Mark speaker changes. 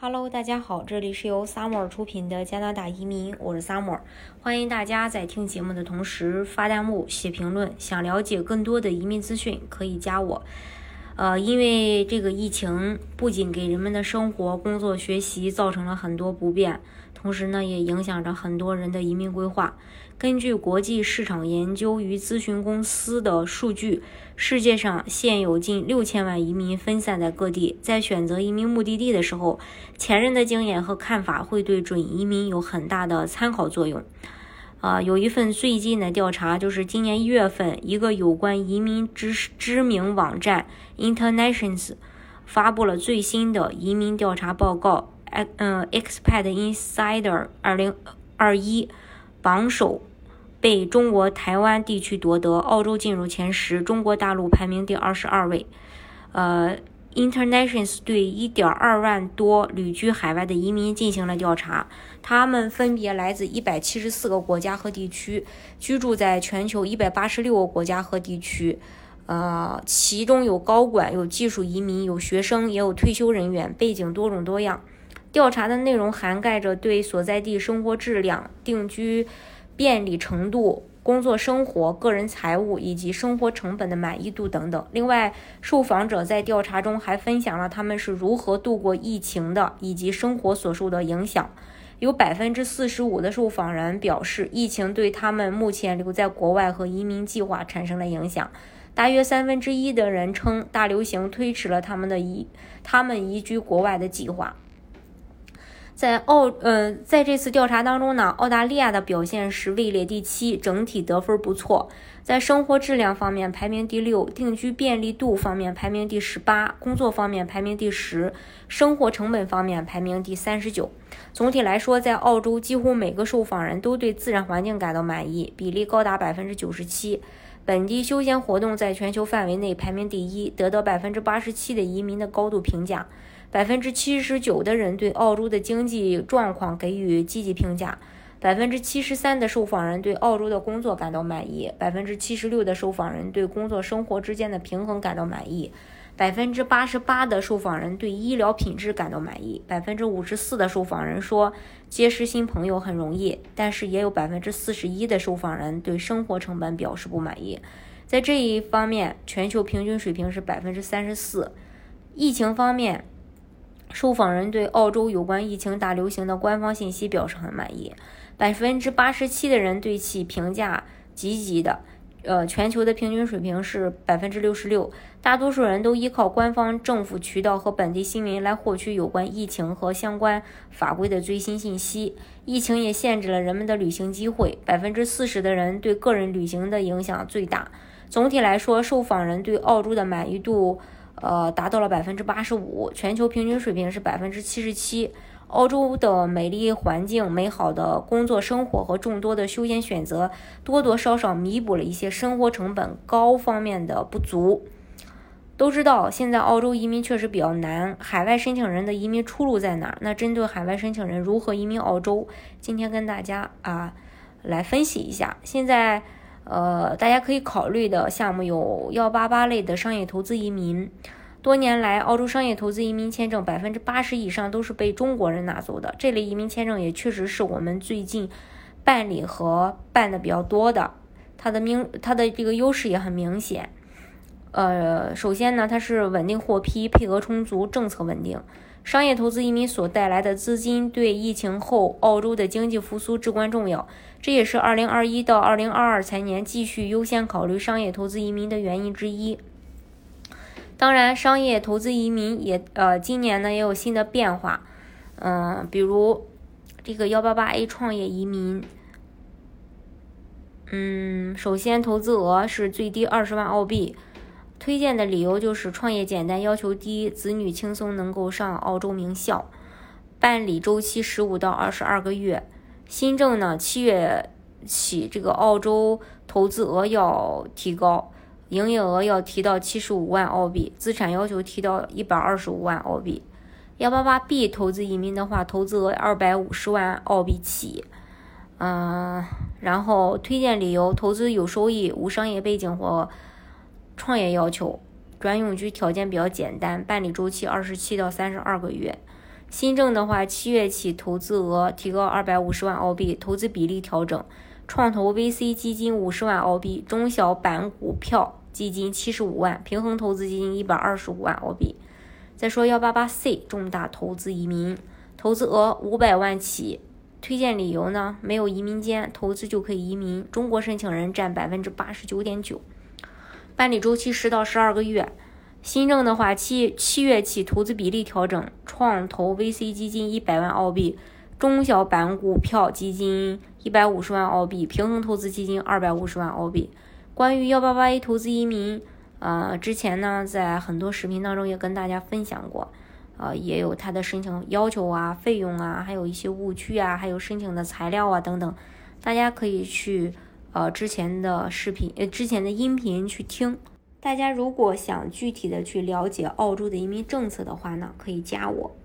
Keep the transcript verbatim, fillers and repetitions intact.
Speaker 1: Hello，大家好，这里是由 Summer 出品的加拿大移民，我是 Summer， 欢迎大家在听节目的同时发弹幕、写评论。想了解更多的移民资讯，可以加我。呃，因为这个疫情不仅给人们的生活、工作、学习造成了很多不便，同时呢，也影响着很多人的移民规划。根据国际市场研究与咨询公司的数据，世界上现有近六千万移民分散在各地。在选择移民目的地的时候，前人的经验和看法会对准移民有很大的参考作用。呃，有一份最近的调查，就是今年一月份，一个有关移民知知名网站 Internations 发布了最新的移民调查报告，呃 Expat Insider 二零二一榜首被中国台湾地区夺得，澳洲进入前十，中国大陆排名第二十二位。呃 Internations 对 一点二万多旅居海外的移民进行了调查，他们分别来自一百七十四个国家和地区，居住在全球一百八十六个国家和地区。呃，其中有高管，有技术移民，有学生，也有退休人员，背景多种多样。调查的内容涵盖着对所在地生活质量、定居便利程度、工作生活、个人财务以及生活成本的满意度等等。另外，受访者在调查中还分享了他们是如何度过疫情的，以及生活所受的影响。有 百分之四十五 的受访人表示，疫情对他们目前留在国外和移民计划产生了影响。大约三分之一的人称大流行推迟了他们的移他们移居国外的计划。在澳呃，在这次调查当中呢，澳大利亚的表现是位列第七，整体得分不错。在生活质量方面排名第六，定居便利度方面排名第十八，工作方面排名第十，生活成本方面排名第三十九。总体来说，在澳洲几乎每个受访人都对自然环境感到满意，比例高达 百分之九十七。本地休闲活动在全球范围内排名第一，得到 百分之八十七 的移民的高度评价。百分之七十九的人对澳洲的经济状况给予积极评价， 百分之七十三 的受访人对澳洲的工作感到满意， 百分之七十六 的受访人对工作生活之间的平衡感到满意， 百分之八十八 的受访人对医疗品质感到满意， 百分之五十四 的受访人说结识新朋友很容易，但是也有 百分之四十一 的受访人对生活成本表示不满意。在这一方面，全球平均水平是 百分之三十四。 疫情方面，受访人对澳洲有关疫情大流行的官方信息表示很满意， 百分之八十七 的人对其评价积极的，呃，全球的平均水平是 百分之六十六。 大多数人都依靠官方政府渠道和本地新闻来获取有关疫情和相关法规的最新信息。疫情也限制了人们的旅行机会， 百分之四十 的人对个人旅行的影响最大。总体来说，受访人对澳洲的满意度呃，达到了 百分之八十五， 全球平均水平是 百分之七十七。 澳洲的美丽环境、美好的工作生活和众多的休闲选择，多多少少弥补了一些生活成本高方面的不足。都知道现在澳洲移民确实比较难，海外申请人的移民出路在哪儿？那针对海外申请人如何移民澳洲，今天跟大家啊来分析一下。现在呃，大家可以考虑的项目有一八八类的商业投资移民。多年来，澳洲商业投资移民签证 百分之八十 以上都是被中国人拿走的，这类移民签证也确实是我们最近办理和办的比较多的，它的明它的这个优势也很明显。呃，首先呢，它是稳定获批，配额充足，政策稳定。商业投资移民所带来的资金对疫情后澳洲的经济复苏至关重要，这也是二零二一到二零二二财年继续优先考虑商业投资移民的原因之一。当然，商业投资移民也呃今年呢也有新的变化，嗯、呃，比如这个 一八八 A 创业移民，嗯，首先投资额是最低二十万澳币。推荐的理由就是创业简单，要求低，子女轻松能够上澳洲名校，办理周期十五到二十二个月。新政呢，七月起这个澳洲投资额要提高，营业额要提到七十五万澳币，资产要求提到一百二十五万澳币。一八八 B 投资移民的话，投资额二百五十万澳币起。嗯、呃，然后推荐理由，投资有收益，无商业背景或创业要求，转永居条件比较简单，办理周期二十七到三十二个月。 新政的话，七月起投资额提高二百五十万澳币，投资比例调整，创投 V C 基金五十万澳币，中小板股票基金七十五万，平衡投资基金一百二十五万澳币。再说 一八八 C 重大投资移民，投资额五百万起，推荐理由呢，没有移民监，投资就可以移民，中国申请人占 百分之八十九点九， 办理周期十到十二个月。新政的话，七七月起投资比例调整，创投 V C 基金一百万澳币，中小板股票基金一百五十万澳币，平衡投资基金二百五十万澳币。关于 一八八 A 投资移民，呃，之前呢，在很多视频当中也跟大家分享过，呃，也有它的申请要求啊、费用啊，还有一些误区啊，还有申请的材料啊等等，大家可以去呃之前的视频、呃之前的音频去听。大家如果想具体的去了解澳洲的移民政策的话呢，可以加我。